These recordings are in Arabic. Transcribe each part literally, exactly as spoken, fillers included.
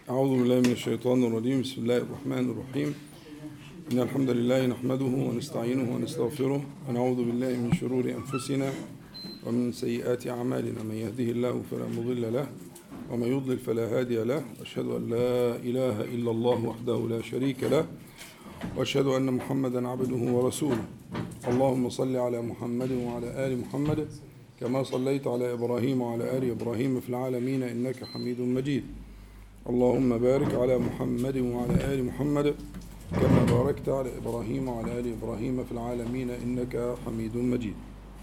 أعوذ بالله من الشيطان الرجيم. بسم الله الرحمن الرحيم. إن الحمد لله نحمده ونستعينه ونستغفره ونعوذ بالله من شرور أنفسنا ومن سيئات أعمالنا. من يهده الله فلا مضل له ومن يضلل فلا هادي له. أشهد أن لا إله إلا الله وحده لا شريك له وأشهد أن محمدا عبده ورسوله. اللهم صل على محمد وعلى آل محمد كما صليت على إبراهيم وعلى آل إبراهيم في العالمين إنك حميد مجيد. اللهم بارك على محمد وعلى آل محمد كما باركت على إبراهيم وعلى آل إبراهيم في العالمين إنك حميد مجيد.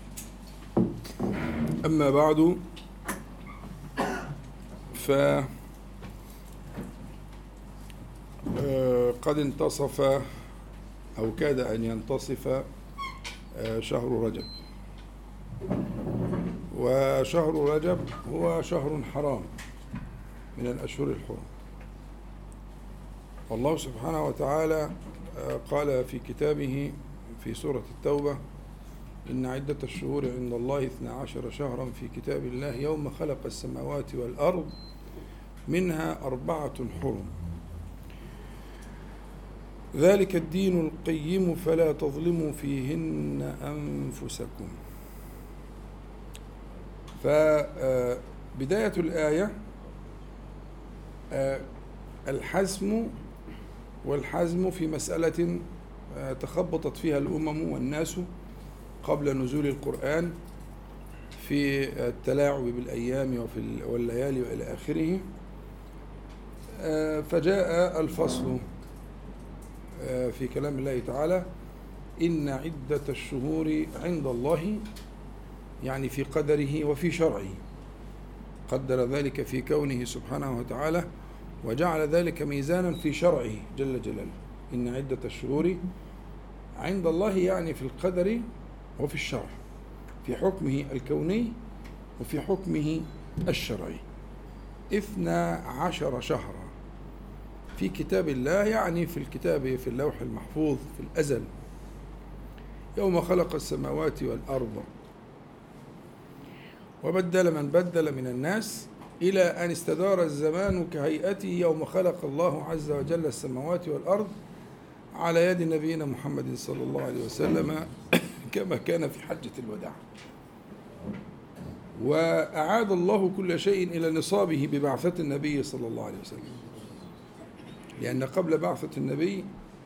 أما بعد، ف قد انتصف أو كاد أن ينتصف شهر رجب، وشهر رجب هو شهر حرام من الأشهر الحرم. والله سبحانه وتعالى قال في كتابه في سورة التوبة: إن عدة الشهور عند الله اثنا عشر شهرا في كتاب الله يوم خلق السماوات والأرض منها أربعة حرم ذلك الدين القيم فلا تظلموا فيهن أنفسكم. فبداية الآية الحزم والحزم في مسألة تخبطت فيها الأمم والناس قبل نزول القرآن في التلاعب بالأيام وفي والليالي وإلى آخره. فجاء الفصل في كلام الله تعالى: إن عدة الشهور عند الله، يعني في قدره وفي شرعه، قدر ذلك في كونه سبحانه وتعالى وجعل ذلك ميزانا في شرعه جل جلاله. إن عدة الشهور عند الله يعني في القدر وفي الشرع، في حكمه الكوني وفي حكمه الشرعي. اثنا عشر شهرا في كتاب الله، يعني في الكتاب في اللوح المحفوظ في الأزل، يوم خلق السماوات والأرض. وبدل من بدل من الناس إلى أن استدار الزمان كهيئته يوم خلق الله عز وجل السماوات والأرض على يد نبينا محمد صلى الله عليه وسلم كما كان في حجة الوداع. وأعاد الله كل شيء إلى نصابه ببعثة النبي صلى الله عليه وسلم، لأن قبل بعثة النبي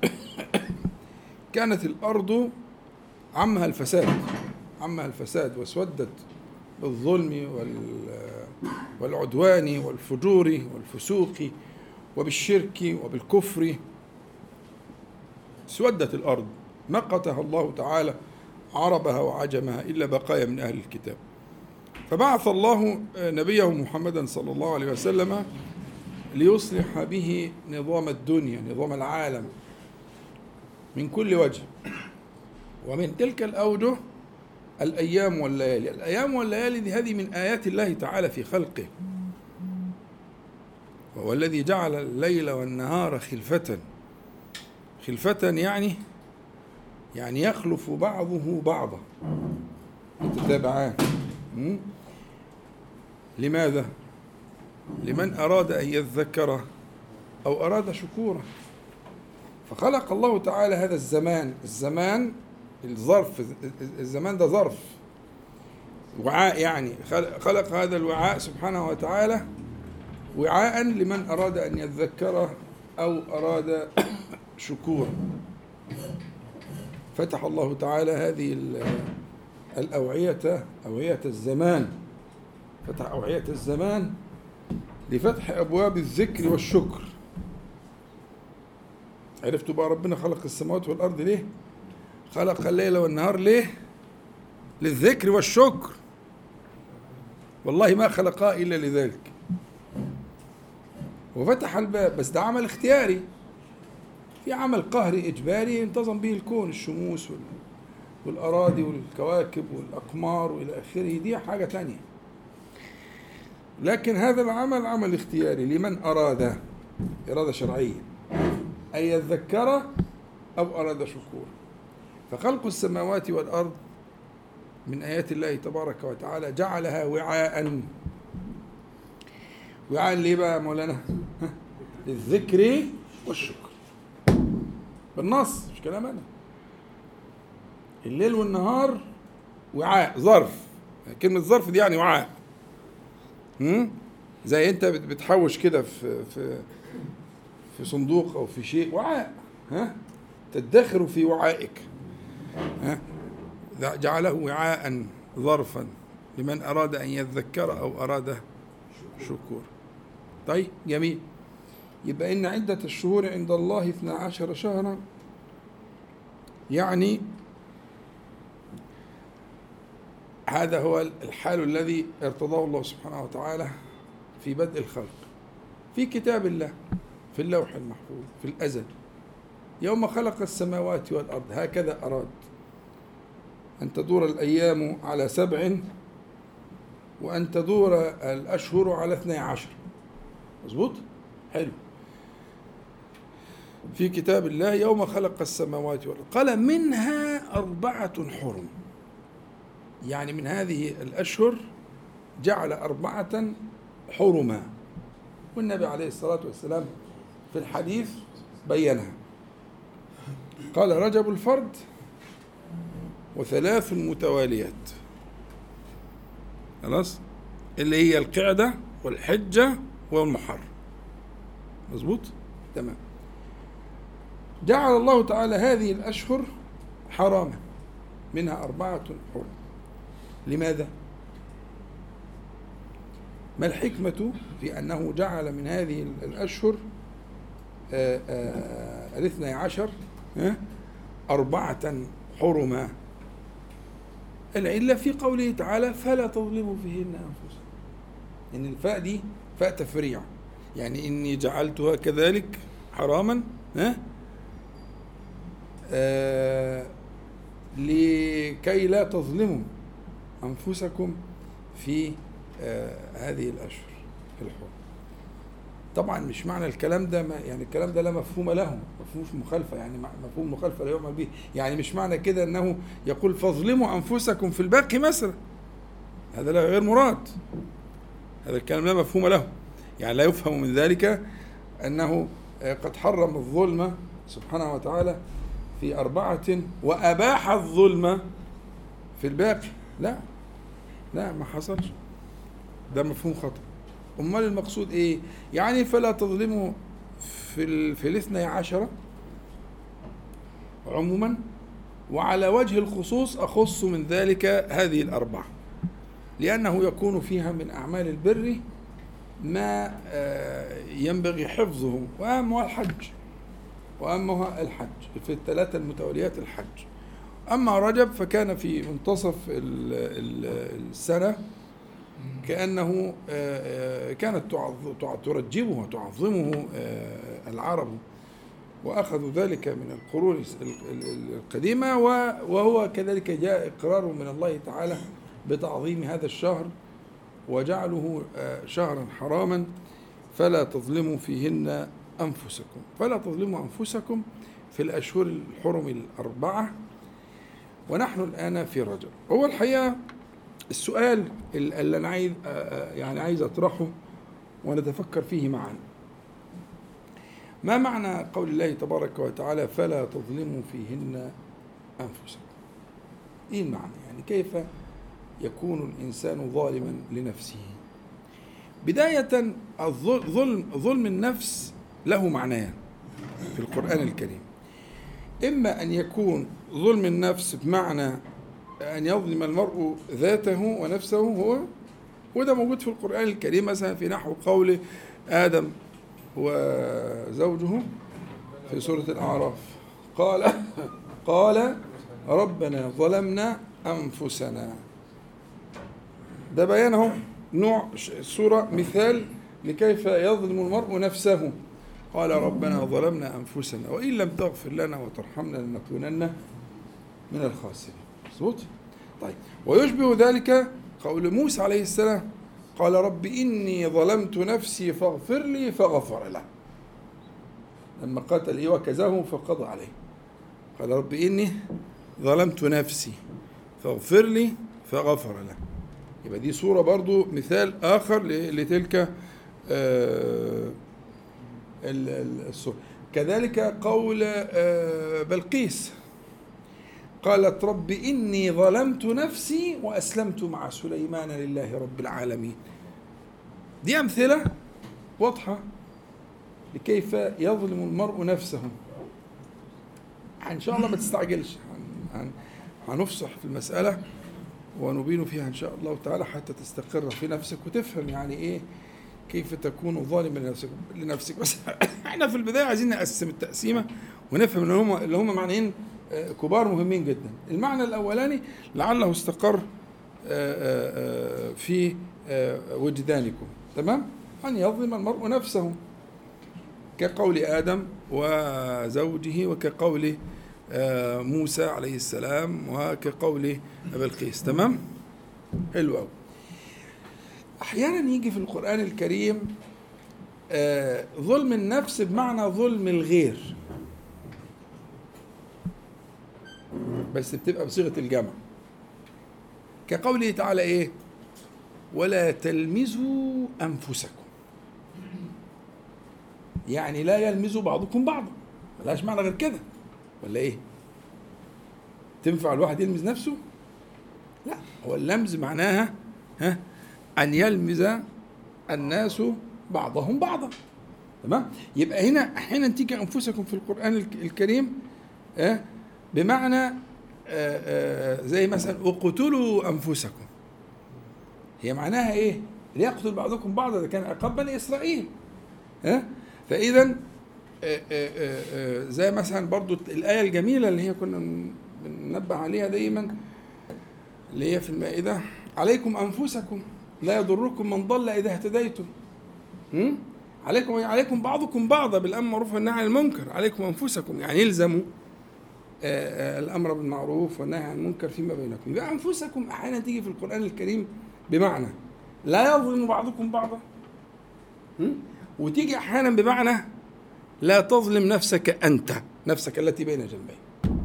كانت الأرض عمها الفساد عمها الفساد واسودت بالظلم والعدوان والفجور والفسوق وبالشرك وبالكفر. اسودت الأرض، مقتها الله تعالى عربها وعجمها إلا بقايا من أهل الكتاب. فبعث الله نبيه محمدا صلى الله عليه وسلم ليصلح به نظام الدنيا، نظام العالم من كل وجه. ومن تلك الأوجه الأيام والليالي. الأيام والليالي دي هذه من آيات الله تعالى في خلقه، وهو الذي جعل الليل والنهار خلفة. خلفة يعني يعني يخلف بعضه بعضا، يتتابعان. لماذا؟ لمن أراد أن يذكر أو أراد شكورا. فخلق الله تعالى هذا الزمان الزمان الظرف الزمان ده ظرف وعاء، يعني خلق هذا الوعاء سبحانه وتعالى وعاء لمن أراد أن يذكر أو أراد شكورا. فتح الله تعالى هذه الأوعية، أوعية الزمان، فتح أوعية الزمان لفتح أبواب الذكر والشكر. عرفتوا بقى ربنا خلق السماوات والأرض ليه؟ خلق الليل والنهار ليه؟ للذكر والشكر. والله ما خلقها إلا لذلك. وفتح الباب، بس ده عمل اختياري. في عمل قهري إجباري انتظم به الكون، الشموس والأراضي والكواكب والأقمار وإلى آخره، دي حاجة تانية. لكن هذا العمل عمل اختياري لمن أراد إرادة شرعية أن يذكر أو أراد شكورا. فخلق السماوات والأرض من آيات الله تبارك وتعالى، جعلها وعاء. وعاء ليه بقى مولانا؟ للذكر والشكر بالنص، مش كلام أنا. الليل والنهار وعاء، ظرف. كلمة ظرف دي يعني وعاء. هم؟ زي أنت بتحوش كده في في في صندوق أو في شيء، وعاء، ها، تدخر في وعائك، ها، جعله وعاء ظرفا لمن أراد أن يذكر أو أراد شكور. طيب جميل. يبقى إن عدة الشهور عند الله اثنا عشر شهرا، يعني هذا هو الحال الذي ارتضاه الله سبحانه وتعالى في بدء الخلق في كتاب الله في اللوح المحفوظ في الأزل. يوم خلق السماوات والأرض هكذا أراد أن تدور الأيام على سبع وأن تدور الأشهر على اثني عشر. مظبوط؟ حلو. في كتاب الله يوم خلق السماوات والأرض قال منها أربعة حرم، يعني من هذه الأشهر جعل أربعة حرما، والنبي عليه الصلاة والسلام في الحديث بينها. قال رجب الفرد وثلاث متواليات، خلاص، اللي هي القعدة والحجة والمحرم. مظبوط؟ تمام. جعل الله تعالى هذه الأشهر حراما، منها أربعة حرم. لماذا؟ ما الحكمة في أنه جعل من هذه الأشهر الاثني عشر أربعة حرما؟ العلة في قوله تعالى فلا تظلموا فيهن أنفسكم، إن الفاء دي فاء تفريع، يعني إني جعلتها كذلك حراما ها آه لكي لا تظلموا أنفسكم في آه هذه الأشهر الحرم. طبعا مش معنى الكلام ده يعني الكلام ده لا مفهوم له، مفهوم مخالفة، يعني مفهوم مخالفة لا يعمل به، يعني مش معنى كده أنه يقول فاظلموا أنفسكم في الباقي مثلا، هذا لا غير مراد، هذا الكلام لا مفهوم له، يعني لا يفهم من ذلك أنه قد حرم الظلم سبحانه وتعالى في أربعة وأباح الظلم في الباقي. لا لا، ما حصلش، ده مفهوم خطأ. أمال المقصود إيه؟ يعني فلا تظلموا في في الاثني عشر عموما، وعلى وجه الخصوص أخص من ذلك هذه الأربعة، لأنه يكون فيها من أعمال البر ما ينبغي حفظه، وأهمها الحج، وأهمها الحج في الثلاثة المتواليات الحج. أما رجب فكان في منتصف السنة، كأنه كانت ترجبه وتعظمه العرب، وأخذوا ذلك من القرون القديمة، وهو كذلك جاء إقرار من الله تعالى بتعظيم هذا الشهر وجعله شهرا حراما. فلا تظلموا فيهن أنفسكم، فلا تظلموا أنفسكم في الأشهر الحرم الأربعة. ونحن الآن في رجب. هو الحقيقة السؤال اللي أنا عايز يعني عايز أطرحه ونتفكر فيه معا، ما معنى قول الله تبارك وتعالى فلا تظلموا فيهن أنفسكم؟ إيه المعنى؟ يعني كيف يكون الإنسان ظالما لنفسه؟ بداية الظلم ظلم النفس له معنيان في القرآن الكريم، إما أن يكون ظلم النفس بمعنى أن يظلم المرء ذاته ونفسه هو، وده موجود في القرآن الكريم مثلا في نحو قول آدم وزوجه في سورة الأعراف قال قال ربنا ظلمنا أنفسنا. ده بيانه نوع سورة مثال لكيف يظلم المرء نفسه. قال ربنا ظلمنا أنفسنا وإن لم تغفر لنا وترحمنا لنكونن من الخاسرين. مظبوط؟ طيب، ويشبه ذلك قول موسى عليه السلام قال رب إني ظلمت نفسي فاغفر لي فغفر له، لما قاتل إيه وكزاه فقضى عليه قال رب إني ظلمت نفسي فاغفر لي فغفر له. يبقى دي صورة برضو مثال آخر لتلك السورة. كذلك قول بلقيس قالت رب إني ظلمت نفسي وأسلمت مع سليمان لله رب العالمين. دي أمثلة واضحة لكيف يظلم المرء نفسه. إن شاء الله ما تستعجلش، هنفصح في المسألة ونبين فيها إن شاء الله تعالى حتى تستقر في نفسك وتفهم يعني إيه كيف تكون ظالما لنفسك لنفسك بس احنا في البداية عايزين نقسم التقسيمة ونفهم اللي هم اللي هم معنيين كبار مهمين جدا. المعنى الأولاني لعله استقر في وجدانكم، تمام؟ أن يظلم المرء نفسه كقول آدم وزوجه، وكقول موسى عليه السلام، وكقول بلقيس، تمام؟ حلو أوي. أحيانا يجي في القرآن الكريم ظلم النفس بمعنى ظلم الغير، بس بتبقى بصيغة الجمع، كقوله تعالى إيه؟ ولا تلمزوا أنفسكم، يعني لا يلمزوا بعضكم بعضا، ملهاش معنى غير كده ولا إيه؟ تنفع الواحد يلمز نفسه؟ لا، هو اللمز معناها ها أن يلمز الناس بعضهم بعضا، تمام؟ يبقى هنا أحيانا تيجي أنفسكم في القرآن الكريم اه بمعنى اه اه زي مثلا اقتلوا أنفسكم، هي معناها إيه؟ ليقتل بعضكم بعضا، ده كان عقاب بني إسرائيل. ها؟ فإذا زي مثلا برضو الآية الجميلة اللي هي كنا بننبه عليها دايما، اللي هي في المائدة: عليكم أنفسكم لا يضركم من ضل إذا اهتديتم. عليكم عليكم بعضكم بعضا بالأمر بالمعروف والنهي عن المنكر، عليكم أنفسكم يعني يلزموا الأمر بالمعروف والنهي عن المنكر فيما بينكم. يبقى أنفسكم أحيانا تيجي في القرآن الكريم بمعنى لا يظلم بعضكم بعضا، وتيجي أحيانا بمعنى لا تظلم نفسك أنت، نفسك التي بين جنبين.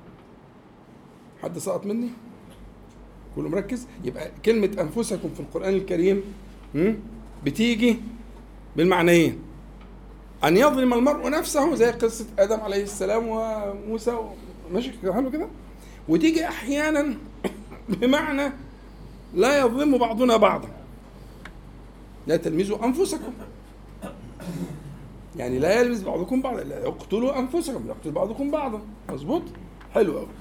حد سقط مني؟ كله مركز؟ يبقى كلمة أنفسكم في القرآن الكريم بتيجي بالمعنيين: أن يظلم المرء نفسه زي قصة آدم عليه السلام وموسى، ماشي حلو كده، وتيجي أحيانا بمعنى لا يظلم بعضنا بعضا، لا تلمزوا أنفسكم، يعني لا يلمز بعضكم بعضا، لا يقتلوا أنفسكم، يقتل بعضكم بعضا. مظبوط؟ حلو أوي.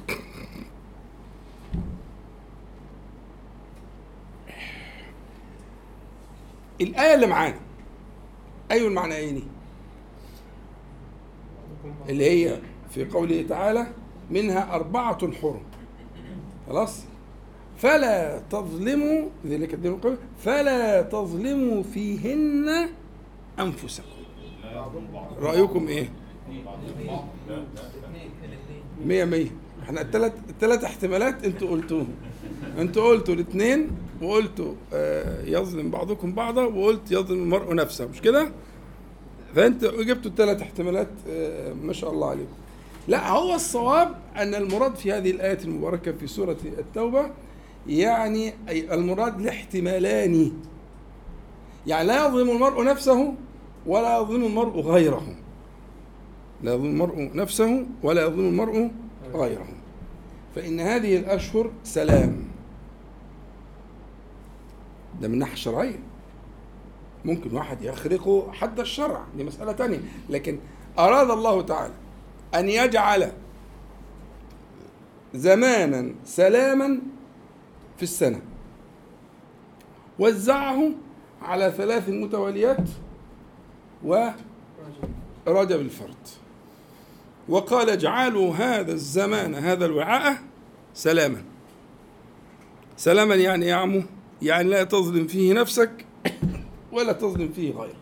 الآية اللي معانا أي المعنيين اللي هي في قوله تعالى: منها أربعة حرم، خلاص؟ فلا تظلموا، ذلك الدين القوي، فلا تظلموا فيهن أنفسكم. رأيكم إيه؟ مية مية. احنا الثلاث الثلاث احتمالات انتوا قلتوهم، انتوا قلتوا الاثنين، وقلتوا آه يظلم بعضكم بعضا، وقلت يظلم المرء نفسه، مش كده؟ فانتوا جبتوا الثلاث احتمالات، آه ما شاء الله عليكم. لا، هو الصواب ان المراد في هذه الآية المباركة في سورة التوبة يعني أي المراد الاحتمالان، يعني لا يظلم المرء نفسه ولا يظلم المرء غيره، لا يظلم المرء نفسه ولا يظلم المرء غيره، فإن هذه الأشهر سلام. ده من الناحية الشرعية، ممكن واحد يخرقه حد الشرع، دي مسألة تانية، لكن أراد الله تعالى أن يجعل زمانا سلاما في السنة، وزعه على ثلاث متواليات ورجب الفرد، وقال: اجعلوا هذا الزمان هذا الوعاء سلاما. سلاما يعني يا عمو، يعني لا تظلم فيه نفسك ولا تظلم فيه غيرك،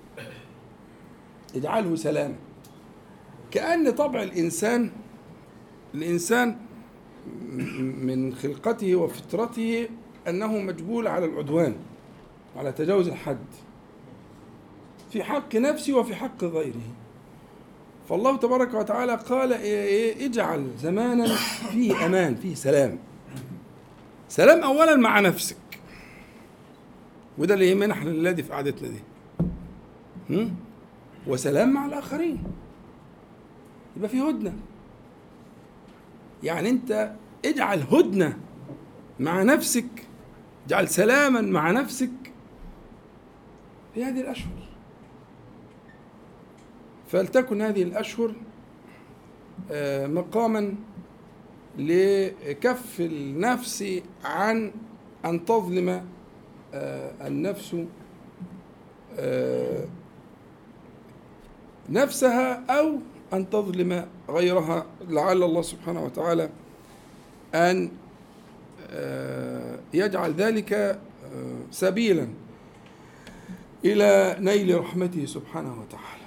اجعله سلاما. كأن طبع الإنسان الإنسان من خلقته وفطرته أنه مجبول على العدوان، على تجاوز الحد في حق نفسه وفي حق غيره. فالله تبارك وتعالى قال: اجعل زمانا فيه أمان، فيه سلام. سلام أولا مع نفسك، وده اللي يهمنا احنا الذي في قعدتنا دي. وسلام مع الآخرين، يبقى في هدنة. يعني أنت اجعل هدنة مع نفسك، اجعل سلاما مع نفسك في هذه الأشهر. فلتكن هذه الأشهر مقاما لكف النفس عن أن تظلم النفس نفسها أو أن تظلم غيرها، لعل الله سبحانه وتعالى أن يجعل ذلك سبيلا إلى نيل رحمته سبحانه وتعالى.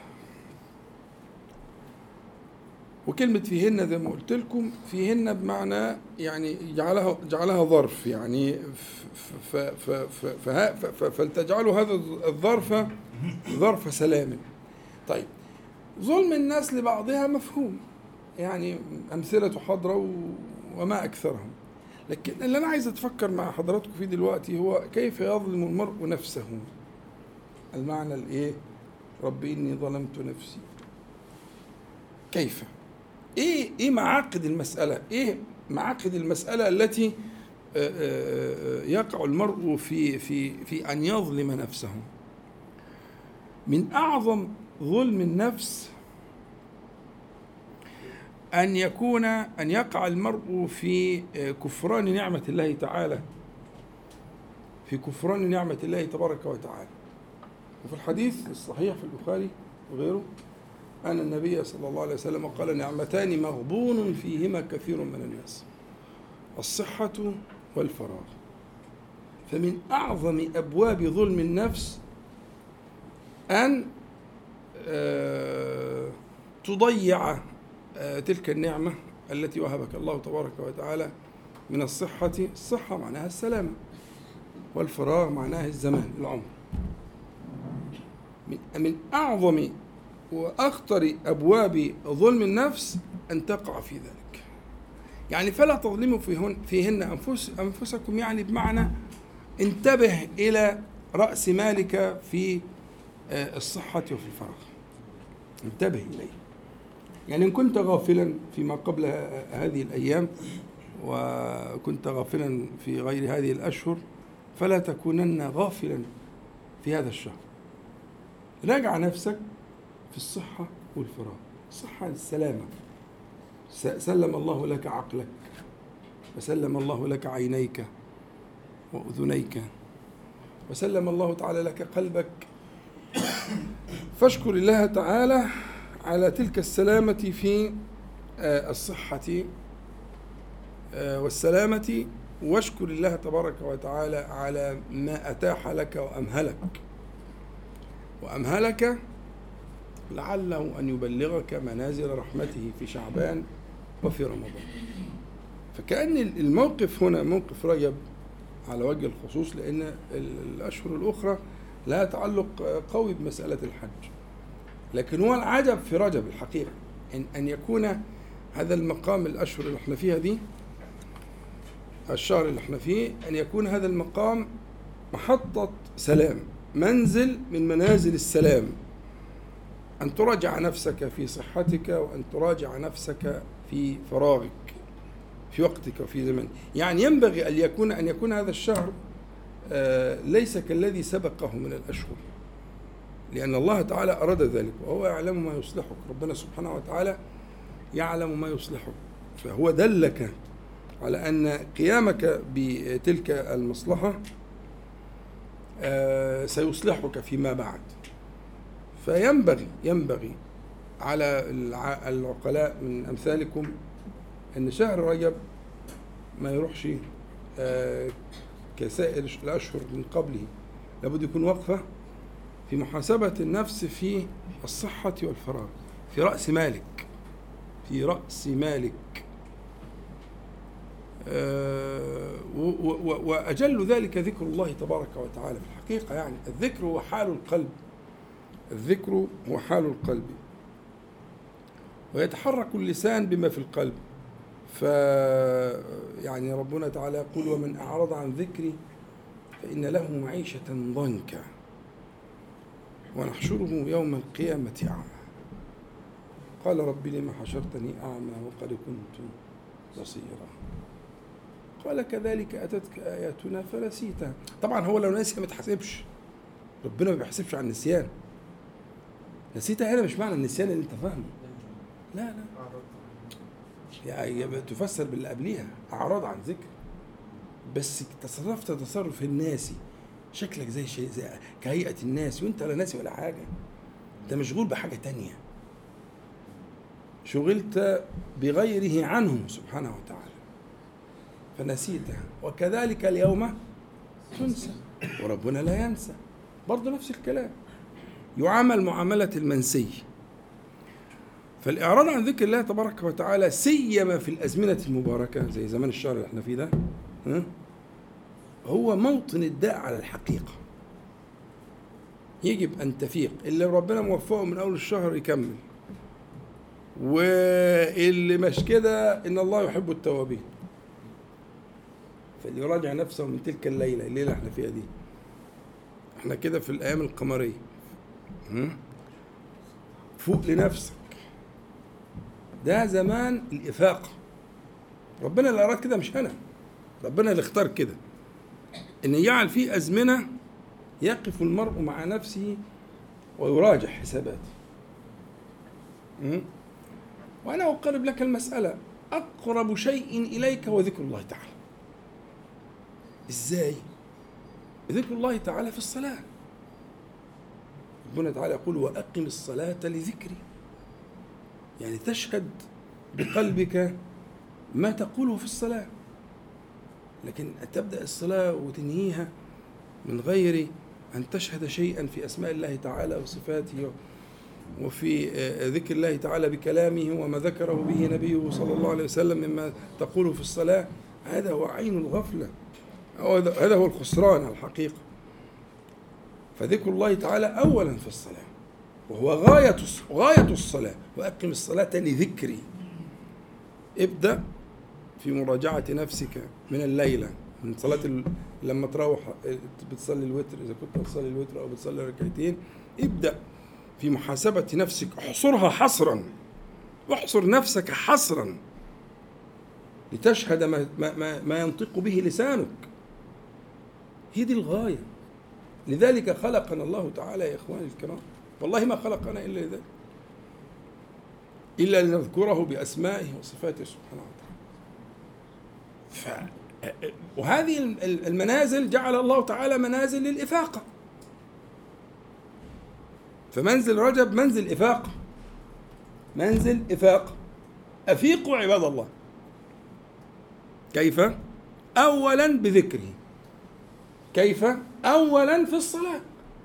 وكلمة فيهن زي ما قلت لكم، فيهن بمعنى يعني جعلها جعلها ظرف، يعني فلتجعلوا هذا الظرف ظرف سلام. طيب، ظلم الناس لبعضها مفهوم، يعني أمثلة حضرة وما أكثرهم، لكن اللي أنا عايز أتفكر مع حضراتكم فيه دلوقتي هو كيف يظلم المرء نفسه. المعنى الإيه؟ ربي إني ظلمت نفسي. كيف؟ إيه إيه معاقد المسألة؟ إيه معاقد المسألة التي يقع المرء في في في أن يظلم نفسه؟ من أعظم ظلم النفس أن يكون أن يقع المرء في كفران نعمة الله تعالى، في كفران نعمة الله تبارك وتعالى. وفي الحديث الصحيح في البخاري وغيره أن النبي صلى الله عليه وسلم قال: نعمتان مغبون فيهما كثير من الناس، الصحة والفراغ. فمن أعظم أبواب ظلم النفس أن تضيع تلك النعمة التي وهبك الله تبارك وتعالى من الصحة. الصحة معناها السلامة، والفراغ معناها الزمان، العمر. من أعظم وأخطر أبواب ظلم النفس أن تقع في ذلك. يعني فلا تظلموا فيهن, فيهن أنفس أنفسكم، يعني بمعنى انتبه إلى رأس مالك في الصحة وفي الفراغ، انتبه إليه. يعني إن كنت غافلا فيما قبل هذه الأيام وكنت غافلا في غير هذه الأشهر، فلا تكونن غافلا في هذا الشهر. راجع نفسك في الصحة والفراغ. الصحة السلامة، سلم الله لك عقلك، وسلم الله لك عينيك وأذنيك، وسلم الله تعالى لك قلبك. فاشكر الله تعالى على تلك السلامة في الصحة والسلامة، واشكر الله تبارك وتعالى على ما أتاح لك وأمهلك وأمهلك لعله أن يبلغك منازل رحمته في شعبان وفي رمضان. فكأن الموقف هنا موقف رجب على وجه الخصوص، لأن الأشهر الأخرى لها تعلق قوي بمسألة الحج، لكن هو العجب في رجب الحقيقة إن أن يكون هذا المقام، الأشهر اللي احنا فيها دي، الشهر اللي احنا فيه، أن يكون هذا المقام محطة سلام، منزل من منازل السلام. أن تراجع نفسك في صحتك، وأن تراجع نفسك في فراغك، في وقتك وفي زمنك. يعني ينبغي أن يكون أن يكون هذا الشهر ليس كالذي سبقه من الأشهر، لأن الله تعالى أراد ذلك، وهو يعلم ما يصلحك. ربنا سبحانه وتعالى يعلم ما يصلحك، فهو دلك على أن قيامك بتلك المصلحة سيصلحك فيما بعد. فينبغي ينبغي على العقلاء من أمثالكم أن شهر رجب ما يروحش كسائر الأشهر من قبله، لابد يكون وقفة في محاسبة النفس في الصحة والفراغ، في رأس مالك، في رأس مالك. وأجل ذلك ذكر الله تبارك وتعالى. في الحقيقة يعني الذكر هو حال القلب، الذكر هو حال القلب، ويتحرك اللسان بما في القلب. ف يعني ربنا تعالى يقول: ومن أعرض عن ذكري فإن له معيشة ضنكا. ونحشره يوم القيامة أعمى قال رب لم حشرتني أعمى وقد كنت بصيرا قال كذلك أتتك آياتنا فنسيتها. طبعا هو لو نسي ما تحسبش، ربنا ما بيحسبش عن النسيان. نسيتها هنا مش معنى النسيان اللي انت فاهمه، لا لا، يعني تفسر باللي قبليها أعراض عن ذكر، بس تصرفت تصرف الناسي، شكلك زي شيء زي كهيئة الناس وانت لا ناسي ولا حاجة، انت مشغول بحاجة تانية، شغلت بغيره عنه سبحانه وتعالى فنسيتها. وكذلك اليوم تنسى وربنا لا ينسى، برضه نفس الكلام، يعامل معاملة المنسي. فالإعراض عن ذكر الله تبارك وتعالى سيما في الأزمنة المباركة زي زمان الشهر اللي احنا فيه ده هو موطن الداء على الحقيقة. يجب أن تفيق، اللي ربنا موفقه من أول الشهر يكمل، واللي مش كده إن الله يحب التوابين، فاللي يراجع نفسه من تلك الليلة الليلة احنا فيها دي، احنا كده في الأيام القمرية، فوق لنفسك، ده زمان الإفاقة. ربنا اللي أراد كده مش أنا، ربنا اللي اختار كده، إن يجعل فيه أزمنة يقف المرء مع نفسه ويراجع حساباته. وأنا أقرب لك المسألة، أقرب شيء إليك هو ذكر الله تعالى. إزاي؟ ذكر الله تعالى في الصلاة. ربنا تعالى يقول وأقم الصلاة لذكري، يعني تشهد بقلبك ما تقوله في الصلاة، لكن تبدأ الصلاة وتنهيها من غير أن تشهد شيئا في أسماء الله تعالى وصفاته وفي ذكر الله تعالى بكلامه وما ذكره به نبيه صلى الله عليه وسلم مما تقوله في الصلاة، هذا هو عين الغفلة، هذا هو الخسران الحقيقة. فذكر الله تعالى أولا في الصلاة، وهو غاية غاية الصلاة. وأقم الصلاة لذكري. ابدأ في مراجعة نفسك من الليلة، من صلاة ال... لما تروح بتصلي الوتر، إذا كنت بتصلي الوتر أو بتصلي ركعتين، ابدأ في محاسبة نفسك، احصرها حصرا، احصر نفسك حصرا لتشهد ما, ما, ما ينطق به لسانك. هي دي الغاية. لذلك خلقنا الله تعالى يا إخواني الكرام، والله ما خلقنا إلا لذلك، إلا لنذكره بأسمائه وصفاته سبحانه وتعالى. ف... وهذه المنازل جعل الله تعالى منازل للإفاقة، فمنزل رجب منزل إفاقة، منزل إفاقة. أفيقوا عباد الله. كيف؟ أولا بذكره. كيف؟ أولا في الصلاة،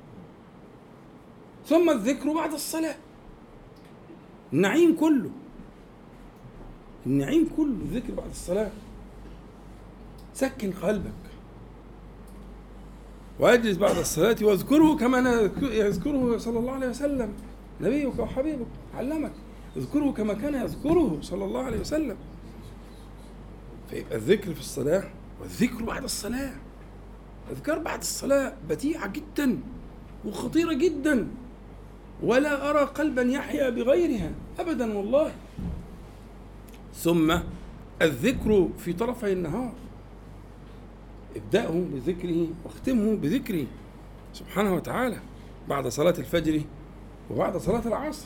ثم الذكر بعد الصلاة. النعيم كله، النعيم كله الذكر بعد الصلاة. سكن قلبك واجلس بعد الصلاة واذكره كما يذكره صلى الله عليه وسلم، نبيك وحبيبك علمك، اذكره كما كان يذكره صلى الله عليه وسلم. فيبقى الذكر في الصلاة والذكر بعد الصلاة. اذكار بعد الصلاة بديعة جدا وخطيرة جدا، ولا أرى قلبا يحيا بغيرها أبدا والله. ثم الذكر في طرفي النهار، ابدأه بذكره واختمه بذكره سبحانه وتعالى بعد صلاة الفجر وبعد صلاة العصر.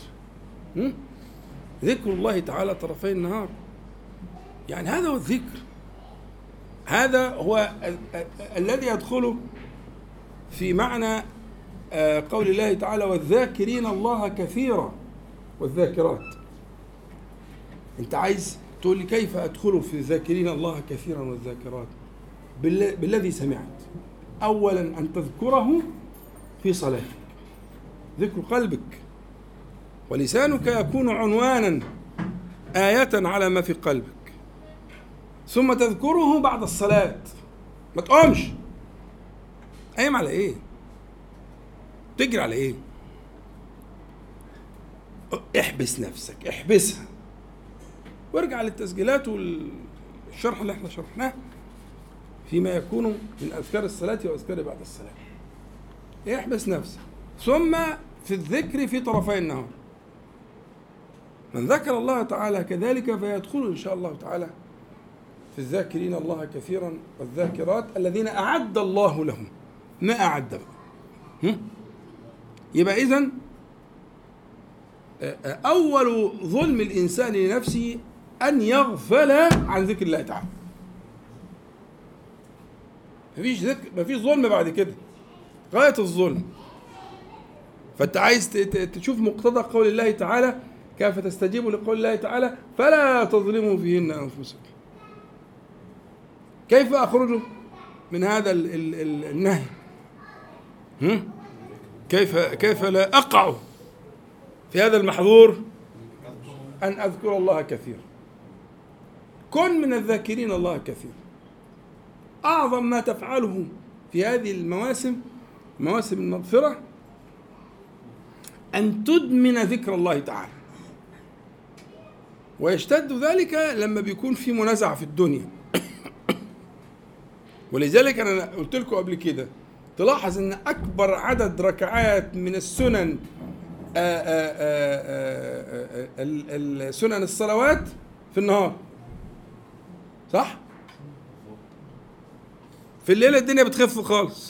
ذكر الله تعالى طرفي النهار، يعني هذا هو الذكر، هذا هو الذي يدخل في معنى قول الله تعالى والذاكرين الله كثيرا والذاكرات. انت عايز تقول لي كيف أدخل في الذاكرين الله كثيرا والذاكرات؟ بالذي سمعت. أولا أن تذكره في صلاتك، ذكر قلبك، ولسانك يكون عنوانا آية على ما في قلبك، ثم تذكره بعد الصلاة. ما تقومش قايم على ايه؟ تجري على ايه؟ احبس نفسك، احبسها، وارجع للتسجيلات والشرح اللي احنا شرحناه فيما يكون من أذكار الصلاة وأذكار بعد الصلاة. احبس نفسك، ثم في الذكر في طرفي النهار. من ذكر الله تعالى كذلك فيدخل إن شاء الله تعالى في الذاكرين الله كثيرا والذاكرات الذين أعد الله لهم ما أعد بقى. يبقى إذن أول ظلم الإنسان لنفسه أن يغفل عن ذكر الله تعالى. مفيش ذكر، مفيش ظلم بعد كده، غاية الظلم. فأنت عايز تشوف مقتضى قول الله تعالى كيف تستجيب لقول الله تعالى فلا تظلموا فيهن أنفسكم. كيف أخرج من هذا ال ال ال النهي؟ كيف كيف لا أقع في هذا المحظور؟ أن أذكر الله كثيرا. كن من الذاكرين الله كثيرا. أعظم ما تفعله في هذه المواسم، مواسم المغفرة، أن تدمن ذكر الله تعالى. ويشتد ذلك لما بيكون في منازعة في الدنيا. ولذلك أنا قلت لكم قبل كده، تلاحظ أن أكبر عدد ركعات من السنن السنن الصلوات في النهار، صح؟ في الليلة الدنيا بتخف خالص،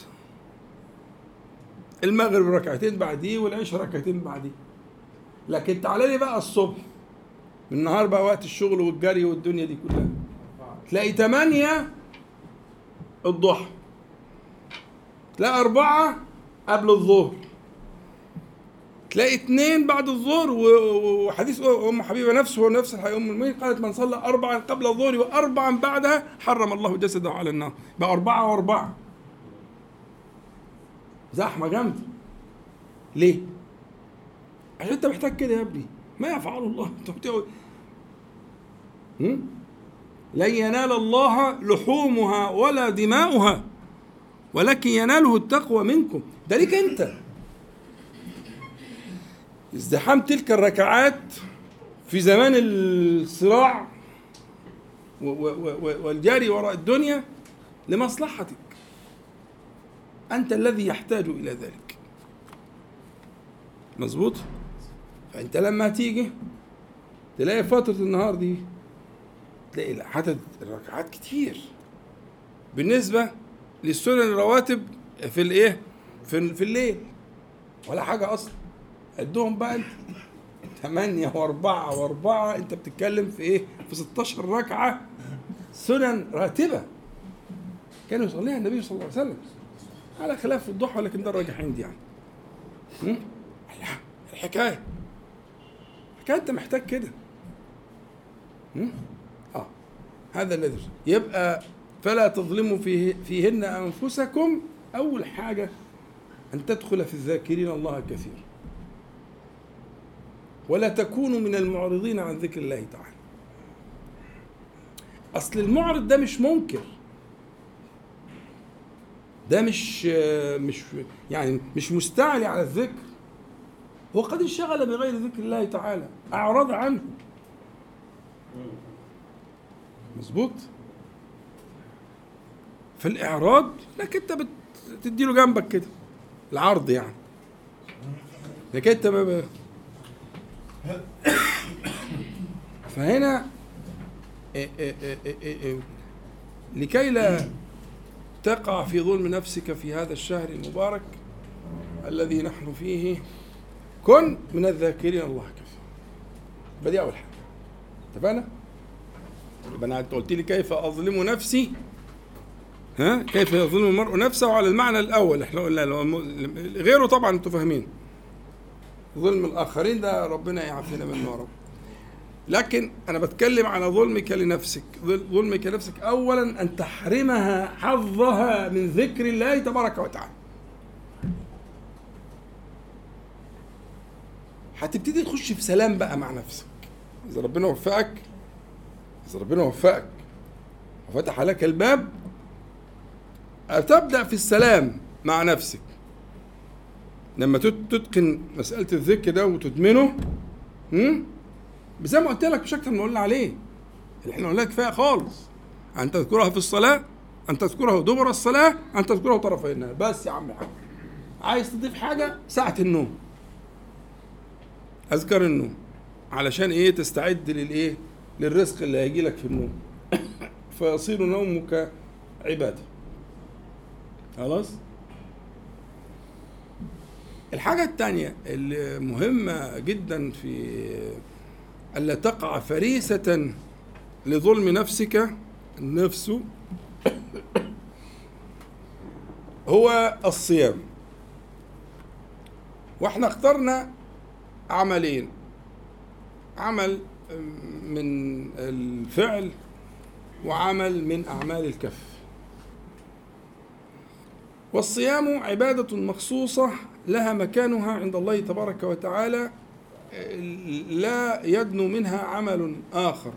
المغرب ركعتين بعديه والعشاء ركعتين بعديه. لكن تعالى لي بقى الصبح، النهار بقى وقت الشغل والجري والدنيا دي كلها، تلاقي ثمانية الضحى، تلاقي أربعة قبل الظهر، تلاقي اثنين بعد الظهر. وحديث أم حبيبة نفسه هو نفس الحديث أم المؤمنين قالت من صلى أربعا قبل الظهر وأربعا بعدها حرم الله جسده على النار. بقى أربعة وأربعة، زحمة جامدة. ليه؟ عشان أنت محتاج كده يا ابني. ما يفعل الله؟ لن ينال الله لحومها ولا دماؤها ولكن يناله التقوى منكم. ده ليك أنت. ازدحام تلك الركعات في زمان الصراع والجاري وراء الدنيا لمصلحتك، أنت الذي يحتاج إلى ذلك. مظبوط؟ فأنت لما تيجي تلاقي فترة النهار دي تلاقي عدد الركعات كتير بالنسبة للسنن الرواتب في الايه في, في الليل ولا حاجة أصلا. عدهم بقى انت ثمانية واربعة واربعة، انت بتتكلم في ايه؟ في ستاشر ركعة سنن راتبة كانوا يصليها النبي صلى الله عليه وسلم، على خلاف الضحى، ولكن ده الراجح عندي يعني. الحكاية الحكاية انت محتاج كده. اه هذا الذي يبقى فلا تظلموا فيه فيهن أنفسكم. أول حاجة أن تدخل في الذاكرين الله كثير، ولا تكونوا من المعرضين عن ذكر الله تعالى. أصل المعرض ده مش منكر، ده مش مش يعني مش مستعلي على الذكر، هو قد انشغل بغير ذكر الله تعالى، أعرض عنه. مظبوط؟ في الإعراض لك أنت بتديله جنبك كده العرض يعني، لك أنت بقى. فهنا إيه إيه إيه إيه إيه لكي لا تقع في ظلم نفسك في هذا الشهر المبارك الذي نحن فيه، كن من الذاكرين الله كثيرا. بدي أول حاجة. اتفقنا؟ يبقى أنا قلت لي كيف أظلم نفسي، ها؟ كيف يظلم المرء نفسه على المعنى الأول احنا قلنا، غيره طبعا انتوا فاهمين. ظلم الآخرين ده ربنا يعافينا منه يا رب. لكن أنا بتكلم على ظلمك لنفسك. ظلمك لنفسك أولا أن تحرمها حظها من ذكر الله تبارك وتعالى. هتبتدي تخش في سلام بقى مع نفسك إذا ربنا وفقك، إذا ربنا وفقك وفتح لك الباب، تبدأ في السلام مع نفسك لما تتقن مسألة الذكر ده وتدمنه. زي ما قلت لك، مش أكتر ما قلنا عليه، اللي احنا قلنا كفاية خالص. أن تذكرها في الصلاة، أن تذكرها دبر الصلاة، أن تذكرها طرفي النهار. بس يا عم الحاج، عايز تضيف حاجة؟ ساعة النوم. أذكار النوم علشان إيه؟ تستعد للإيه؟ للرزق اللي هيجي لك في النوم فيصير نومك عبادة. خلاص؟ الحاجة الثانية اللي مهمة جدا في ألا تقع فريسة لظلم نفسك النفس هو الصيام. واحنا اخترنا عملين، عمل من الفعل وعمل من أعمال الكف. والصيام عبادة مخصوصة لها مكانها عند الله تبارك وتعالى، لا يدنو منها عمل آخر.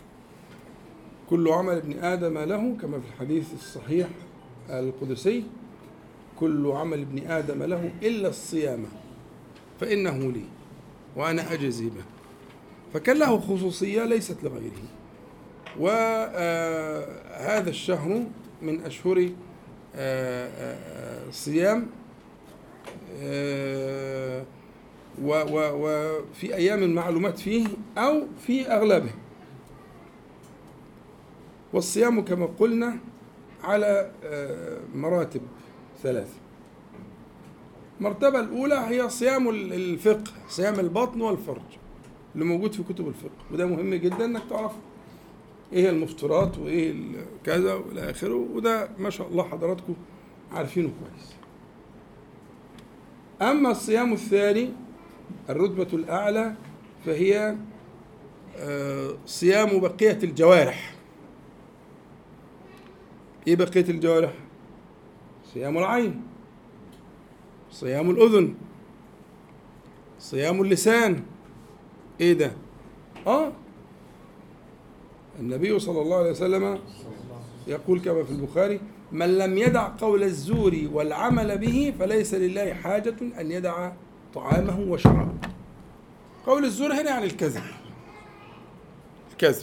كل عمل ابن آدم له، كما في الحديث الصحيح القدسي: كل عمل ابن آدم له إلا الصيام فإنه لي وأنا أجزي به. فكان له خصوصية ليست لغيره. وهذا الشهر من أشهر الصيام، وفي أيام المعلومات فيه أو في أغلبه. والصيام كما قلنا على مراتب ثلاثة. المرتبة الأولى هي صيام الفقه، صيام البطن والفرج اللي موجود في كتب الفقه، وده مهم جدا انك تعرف ايه المفطرات وايه كذا والى اخره، وده ما شاء الله حضراتكم عارفينه كويس. اما الصيام الثاني الرتبة الأعلى فهي صيام بقية الجوارح. ايه بقية الجوارح؟ صيام العين، صيام الأذن، صيام اللسان. ايه ده؟ اه النبي صلى الله عليه وسلم يقول كما في البخاري: من لم يدع قول الزور والعمل به فليس لله حاجة أن يدع طعامه وشرابه. قول الزور هنا يعني الكذب، الكذب.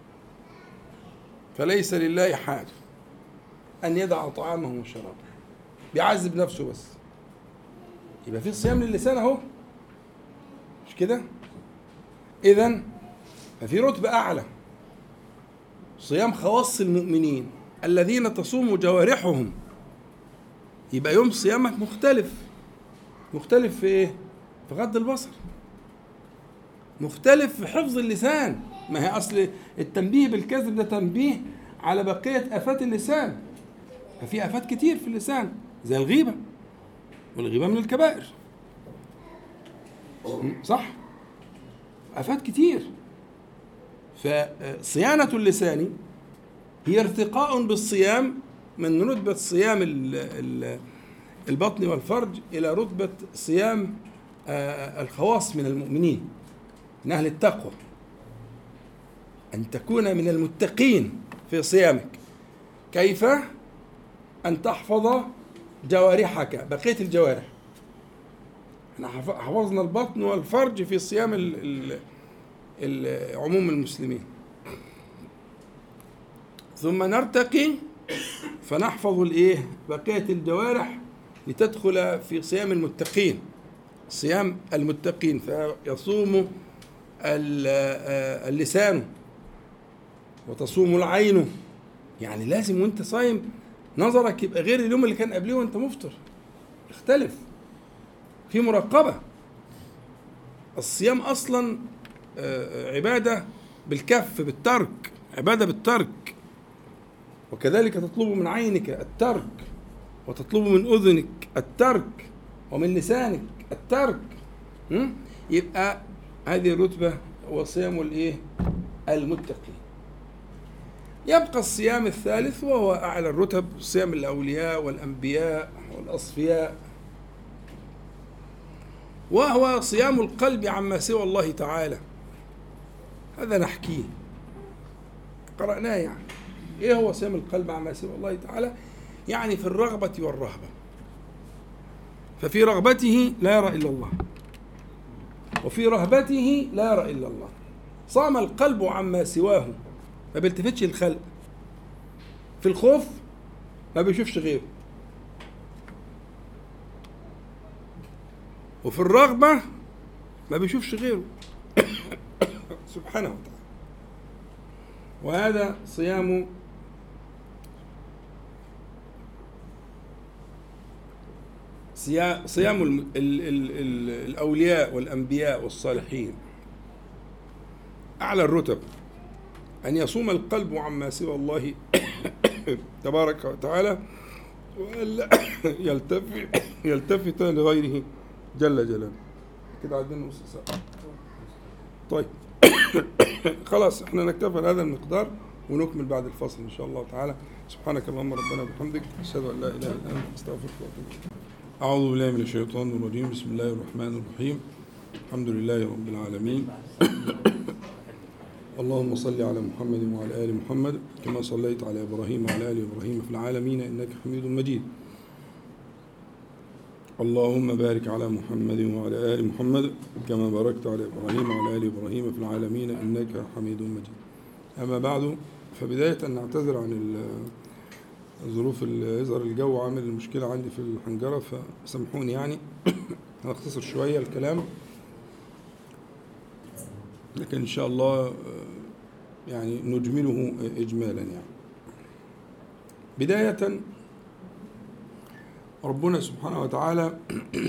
فليس لله حاجة أن يدع طعامه وشرابه، بيعذب نفسه بس. يبقى في صيام للسان اهو، مش كده؟ إذن ففي رتبة أعلى، صيام خواص المؤمنين الذين تصوم جوارحهم. يبقى يوم صيامك مختلف. مختلف في إيه؟ في غض البصر، مختلف في حفظ اللسان. ما هي أصل التنبيه بالكذب ده تنبيه على بقية آفات اللسان. ففي آفات كتير في اللسان زي الغيبة، والغيبة من الكبائر، صح؟ آفات كتير. فصيانة اللسان هي ارتقاء بالصيام من رتبة صيام البطن والفرج إلى رتبة صيام الخواص من المؤمنين، من أهل التقوى، أن تكون من المتقين في صيامك. كيف؟ أن تحفظ جوارحك، بقية الجوارح. احنا حفظنا البطن والفرج في صيام ال ال عموم المسلمين، ثم نرتقي فنحفظ الايه بقية الجوارح لتدخل في صيام المتقين، صيام المتقين. فيصوم اللسان وتصوم العين. يعني لازم وانت صايم نظرك يبقى غير اليوم اللي كان قبليه وانت مفطر، اختلف، في مراقبة. الصيام أصلا عبادة بالكف، بالترك، عبادة بالترك. وكذلك تطلب من عينك الترك، وتطلب من أذنك الترك، ومن لسانك الترك. يبقى هذه الرتبة هو صيام الإيه؟ المتقين. يبقى الصيام الثالث وهو أعلى الرتب، صيام الأولياء والأنبياء والأصفياء، وهو صيام القلب عما سوى الله تعالى. هذا نحكيه، قرأناه. يعني إيه هو صيام القلب عما سوى الله تعالى؟ يعني في الرغبة والرهبة. ففي رغبته لا يرى إلا الله، وفي رهبته لا يرى إلا الله. صام القلب عما سواه، ما بيلتفتش الخلق. في الخوف ما بيشوفش غيره، وفي الرغبة ما بيشوفش غيره سبحانه وتعالى. وهذا صيام صيام ال ال ال ال الأولياء والأنبياء والصالحين أعلى الرتب، أن يصوم القلب عما سوى الله تبارك وتعالى، وألا يلتفت يلتفت لغيره جل جلاله. كده عندنا نص ساعة. طيب خلاص احنا نكتفي هذا المقدار ونكمل بعد الفصل إن شاء الله تعالى. سبحانك اللهم ربنا وبحمدك، أشهد أن لا إله إلا أنت، أستغفرك وأتوب إليك. أعوذ بالله من الشيطان الرجيم. بسم الله الرحمن الرحيم. الحمد لله رب العالمين. اللهم صل على محمد وعلى آل محمد كما صليت على إبراهيم وعلى آل إبراهيم في العالمين إنك حميد مجيد. اللهم بارك على محمد وعلى آل محمد كما باركت على إبراهيم وعلى آل إبراهيم في العالمين إنك حميد مجيد. أما بعد، فبداية نعتذر عن ظروف يظهر الجو عامل المشكلة عندي في الحنجرة، فسامحوني يعني هنختصر شوية الكلام، لكن إن شاء الله يعني نجمله إجمالا. يعني بداية، ربنا سبحانه وتعالى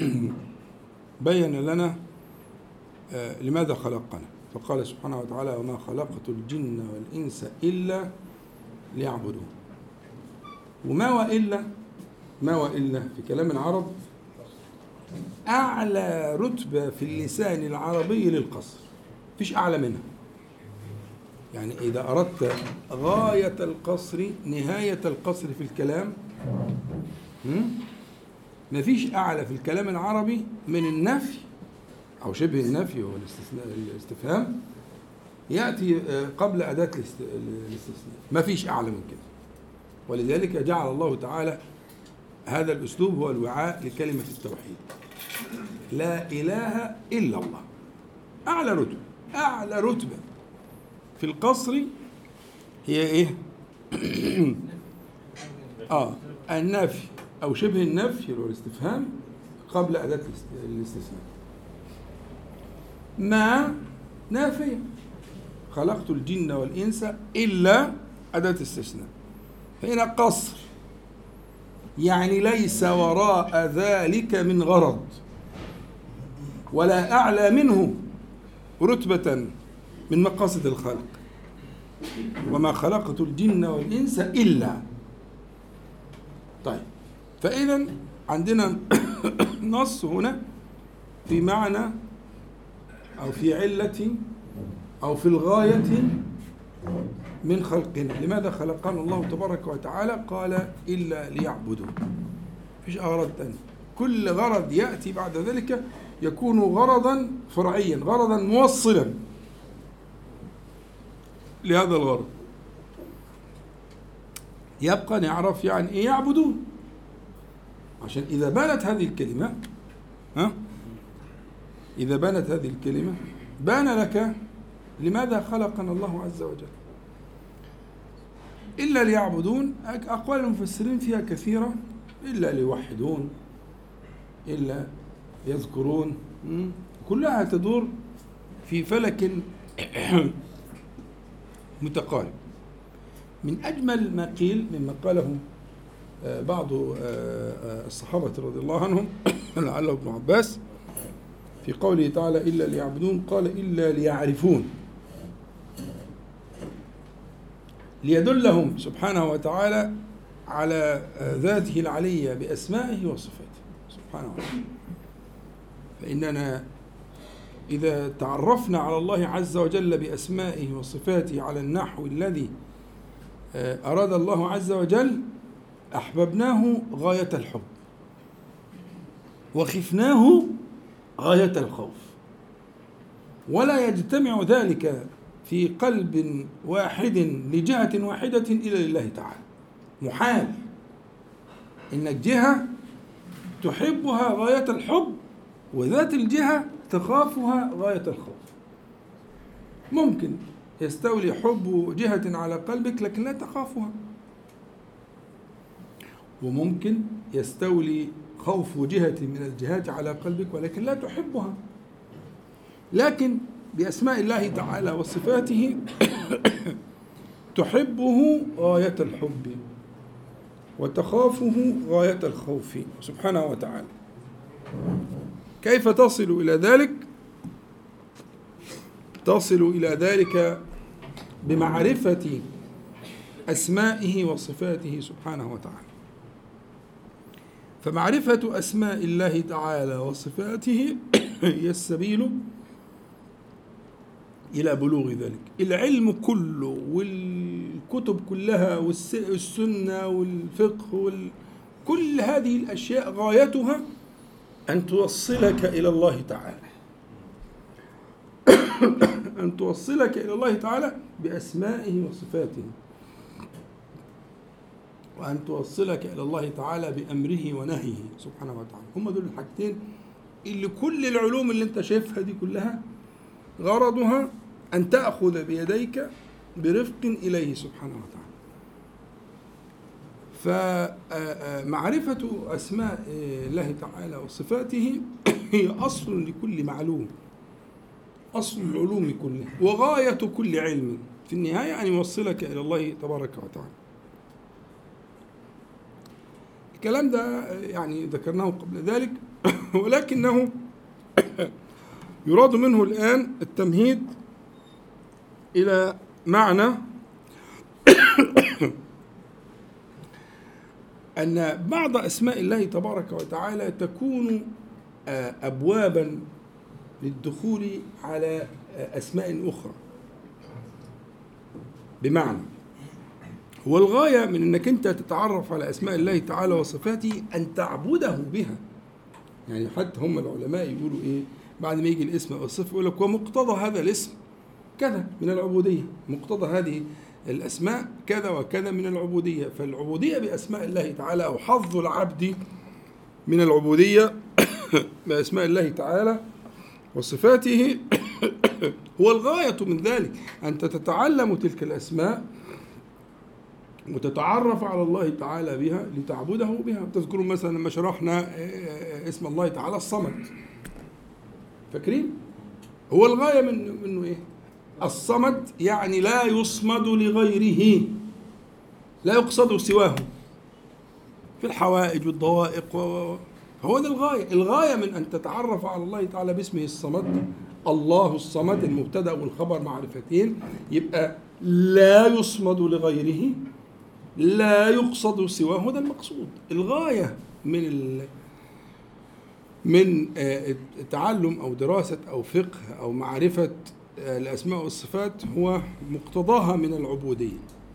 بين لنا لماذا خلقنا، فقال سبحانه وتعالى: وما خلقت الجن والإنس إلا ليعبدون. وما وإلا ما وإلا في كلام العرب أعلى رتبة في اللسان العربي للقصر، مفيش أعلى منها. يعني إذا أردت غاية القصر، نهاية القصر في الكلام، مفيش أعلى في الكلام العربي من النفي أو شبه النفي والاستفهام يأتي قبل أداة الاستثناء، مفيش أعلى من كده. ولذلك جعل الله تعالى هذا الأسلوب هو الوعاء لكلمة التوحيد، لا إله إلا الله. أعلى رتبة أعلى رتبة في القصر هي إيه؟ آه النفي أو شبه النفي والاستفهام قبل أداة الاستثناء. ما نافية، خلقت الجن والإنس إلا أداة استثناء. هنا قصر، يعني ليس وراء ذلك من غرض ولا أعلى منه رتبة من مقاصد الخلق. وما خلقت الجن والإنس إلا. طيب، فإذا عندنا نص هنا في معنى أو في علة أو في الغاية من خلقنا. لماذا خلقنا الله تبارك وتعالى؟ قال: إلا ليعبدوا. مفيش أغراض تانية. كل غرض يأتي بعد ذلك يكون غرضا فرعيا، غرضا موصلا لهذا الغرض. يبقى نعرف يعني إيه يعبدون، عشان إذا بانت هذه الكلمة ها إذا بانت هذه الكلمة بان لك لماذا خلقنا الله عز وجل. إلا ليعبدون، أقوال المفسرين فيها كثيرة. إلا ليوحدون، إلا يذكرون، كلها تدور في فلك متقارب. من أجمل ما قيل مما قاله بعض الصحابة رضي الله عنهم لعله ابن عباس في قوله تعالى: إلا ليعبدون، قال: إلا ليعرفون، ليدلهم سبحانه وتعالى على ذاته العلية بأسمائه وصفاته سبحانه وتعالى. فإننا إذا تعرفنا على الله عز وجل بأسمائه وصفاته على النحو الذي أراد الله عز وجل، أحببناه غاية الحب وخفناه غاية الخوف. ولا يجتمع ذلك في قلب واحد لجهة واحدة إلا لله تعالى. محال إنك جهة تحبها غاية الحب وذات الجهة تخافها غاية الخوف. ممكن يستولي حب جهة على قلبك لكن لا تخافها، وممكن يستولي خوف جهة من الجهات على قلبك ولكن لا تحبها. لكن بأسماء الله تعالى وصفاته تحبه غاية الحب وتخافه غاية الخوف سبحانه وتعالى. كيف تصل إلى ذلك؟ تصل إلى ذلك بمعرفة أسمائه وصفاته سبحانه وتعالى. فمعرفة أسماء الله تعالى وصفاته هي السبيل إلى بلوغ ذلك. العلم كله والكتب كلها والسنة والفقه كل هذه الأشياء غايتها أن توصلك إلى الله تعالى أن توصلك إلى الله تعالى بأسمائه وصفاته، وأن توصلك إلى الله تعالى بأمره ونهيه سبحانه وتعالى. هم دول الحاجتين اللي كل العلوم اللي انت شايفها دي كلها غرضها أن تأخذ بيديك برفق إليه سبحانه وتعالى. فمعرفة أسماء الله تعالى وصفاته هي أصل لكل معلوم، أصل العلوم كلها وغاية كل علم في النهاية أن يوصلك إلى الله تبارك وتعالى. الكلام ده يعني ذكرناه قبل ذلك، ولكنه يراد منه الآن التمهيد إلى معنى أن بعض أسماء الله تبارك وتعالى تكون أبوابا للدخول على أسماء أخرى. بمعنى هو الغاية من أنك أنت تتعرف على أسماء الله تعالى وصفاته أن تعبده بها. يعني حتى هم العلماء يقولوا إيه بعد ما يجي الاسم أو الصفة يقول لك ومقتضى هذا الاسم كذا من العبودية، مقتضى هذه الأسماء كذا وكذا من العبودية. فالعبودية بأسماء الله تعالى أو حظ العبد من العبودية بأسماء الله تعالى وصفاته هو الغاية من ذلك، أنت تتعلم تلك الأسماء وتتعرف على الله تعالى بها لتعبده بها. تذكرون مثلا لما شرحنا اسم الله تعالى الصمد، فاكرين؟ هو الغاية من منه إيه؟ الصمد يعني لا يصمد لغيره، لا يقصد سواه في الحوائج والضوائق، فهو ده الغاية. الغاية من أن تتعرف على الله تعالى باسمه الصمد، الله الصمد المبتدأ والخبر معرفتين، يبقى لا يصمد لغيره لا يقصد سواه، ده المقصود. الغاية من ال من تعلم أو دراسة أو فقه أو معرفة الأسماء والصفات هو مقتضاها من العبودية.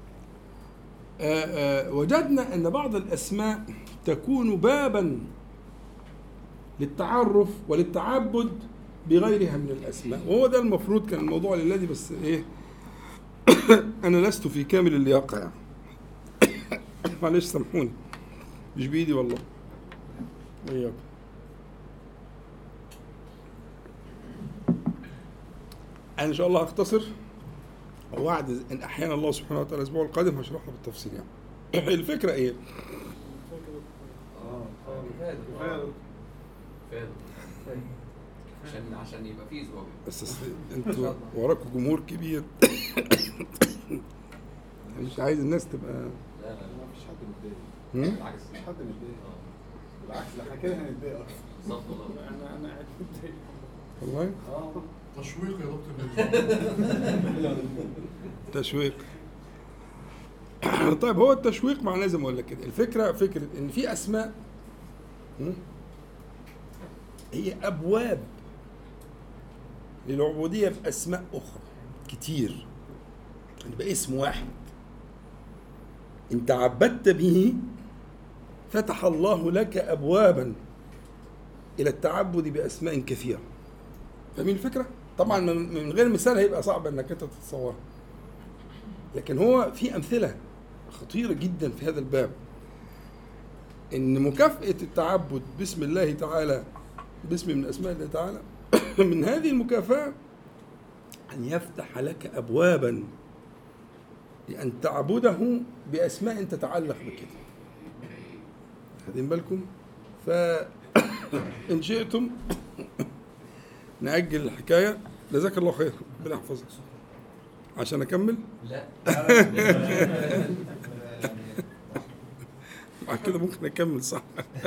وجدنا أن بعض الأسماء تكون بابا للتعرف وللتعبد بغيرها من الأسماء، وهو ده المفروض كان الموضوع الذي بس إيه أنا لست في كامل اللياقة يعني. معلش سامحوني مش بإيدي والله. وياكم أنا إن شاء الله هختصر، ووعد إن أحيانا الله سبحانه وتعالى الأسبوع القادم هشرحها بالتفصيل يعني. الفكرة إيه؟ عشان عشان يبقى فيه اسبوع بس انتوا وراكم جمهور كبير. مش عايز الناس تبقى لا لا لا مفيش حد متضايق، بالعكس مفيش حد متضايق، بالعكس ده احنا كده هنتضايق اكتر. بالظبط والله انا انا قاعد متضايق والله. اه تشويق يا دكتور. تشويق. طيب هو التشويق معناه زي ما اقول لك كده، الفكره فكره ان في اسماء هي ابواب للعبوديه باسماء اخرى كتير، يبقى اسم واحد ان تعبدت به فتح الله لك ابوابا الى التعبد باسماء كثيره. فاهمين الفكره؟ طبعا من غير مثال هيبقى صعب انك انت تتصورها، لكن هو في امثله خطيره جدا في هذا الباب. ان مكافاه التعبد باسم الله تعالى باسم من اسماء الله تعالى من هذه المكافاه ان يفتح لك ابوابا لان تعبده باسماء تتعلق بكده. خدين بالكم؟ فان شئتم نأجل الحكاية. جزاك الله خير، ربنا يحفظك. عشان أكمل؟ لا بعد كده ممكن أكمل صح.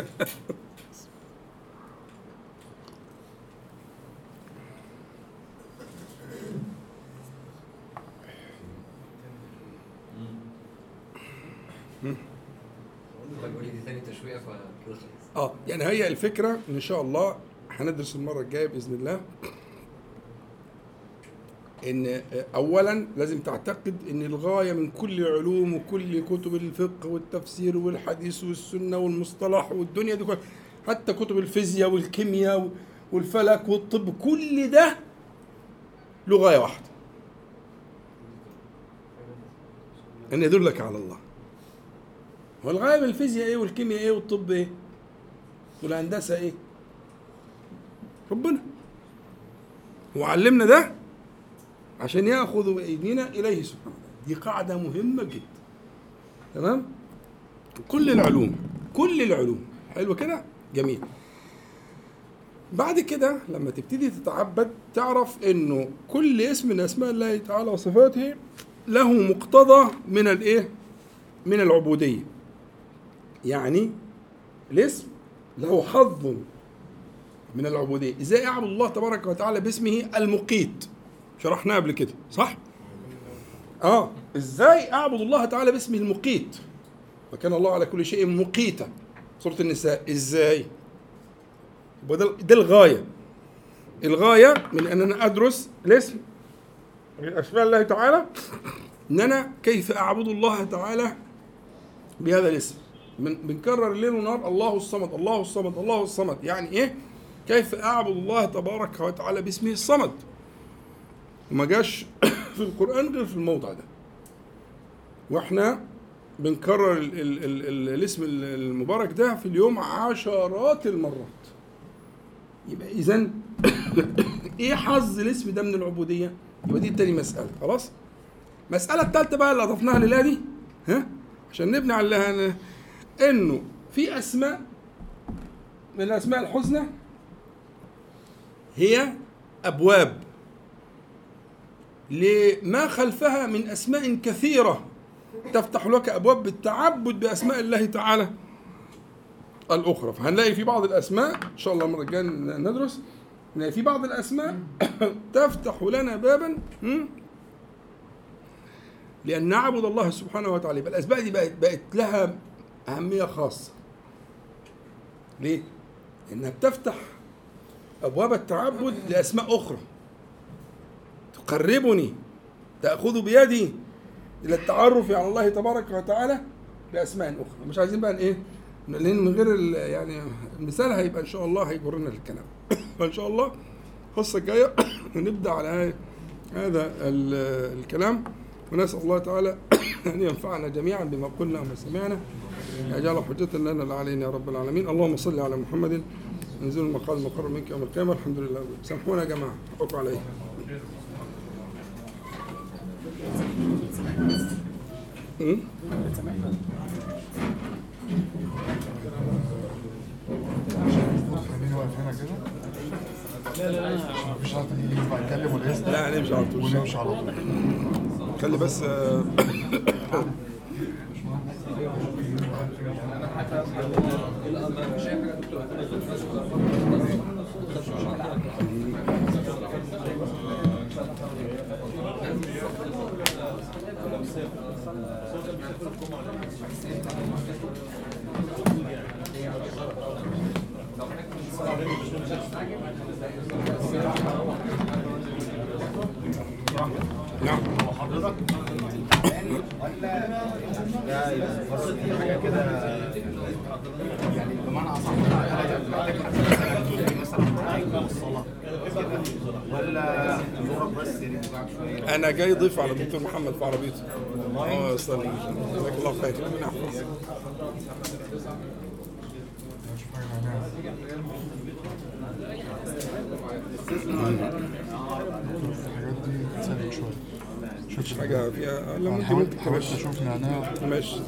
قولي دي ثاني تشويق فكده خلص. اه يعني هي الفكرة إن شاء الله هندرس المرة الجاية بإذن الله إن أولا لازم تعتقد إن الغاية من كل علوم وكل كتب الفقه والتفسير والحديث والسنة والمصطلح والدنيا دي كلها، حتى كتب الفيزياء والكيمياء والفلك والطب، كل ده له غاية واحدة، أن يدلك على الله. والغاية من الفيزياء إيه والكيمياء إيه والطب إيه والهندسة إيه؟ ربنا. وعلمنا ده عشان يأخذ بأيدينا إليه سبحانه. دي قاعدة مهمة جدا. تمام؟ كل العلوم كل العلوم حلو كده؟ جميل. بعد كده لما تبتدي تتعبد تعرف إنه كل اسم من أسماء الله تعالى وصفاته له مقتضى من الإيه؟ من العبودية. يعني الاسم له حظ من العبودية. إزاي أعبد الله تبارك وتعالى باسمه المقيت؟ شرحناه قبل كده صح؟ آه إزاي أعبد الله تعالى باسمه المقيت؟ وكان الله على كل شيء مقيتا، سورة النساء. إزاي؟ وده ده الغاية. الغاية من أن أنا أدرس الاسم من أسماء الله تعالى إن أنا كيف أعبد الله تعالى بهذا الاسم. من بنكرر الليل والنهار الله الصمد الله الصمد الله الصمد. يعني إيه؟ كيف أعبد الله تبارك وتعالى باسمه الصمد. وما جاش في القرآن غير في الموضع ده. واحنا بنكرر ال ال ال ال الاسم المبارك ده في اليوم عشرات المرات. يبقى إذن إيه حظ الاسم ده من العبودية؟ يبقى دي تاني مسألة. خلاص؟ مسألة الثالثة بقى اللي أضفناها لله دي، ها؟ عشان نبني عليها إنه في أسماء من الأسماء الحسنى هي أبواب لما خلفها من أسماء كثيرة تفتح لك أبواب بالتعبد بأسماء الله تعالى الأخرى. فهنلاقي في بعض الأسماء إن شاء الله المرة الجاية ندرس، نلاقي في بعض الأسماء تفتح لنا بابا لأن نعبد الله سبحانه وتعالى. يبقى الأسماء دي بقت بقت لها أهمية خاصة. ليه؟ لأنها بتفتح أبواب التعبد لأسماء أخرى تقربني، تأخذ بيدي إلى التعرف على الله تبارك وتعالى بأسماء أخرى. مش عايزين بقى إيه، لأن من غير يعني المثال هيبقى إن شاء الله هيجرنا للكلام. فإن شاء الله القصة الجاية نبدأ على هذا الكلام، ونسأل الله تعالى أن ينفعنا جميعا بما قلنا وما سمعنا، يجعل حجة لنا لا علينا يا رب العالمين. اللهم صل على محمد انزل المقام المقرب منك يوم القيامة. الحمد لله. سامحونا يا جماعة، حقكم عليا. امم لا لا لا مفيش حد ينفع يتكلم ولا يسمع. لا نمشي على طول. ونمشي على طول. خلي بس نعم. حضرتك ولا ده فرصة حاجة كده يعني بمعنى أصح محتاج حد مثلا الصلاة ولا نورك بس بعد شوية. أنا جاي ضيف على الدكتور محمد في عربيته. اه استنى جزاك الله خير. ربنا يحفظك. الحاجات دي تسلك شوية. مش حاجة فيها. لا ممكن حاولت ممكن حاولت كمان. اشوف نعناع. ماشي.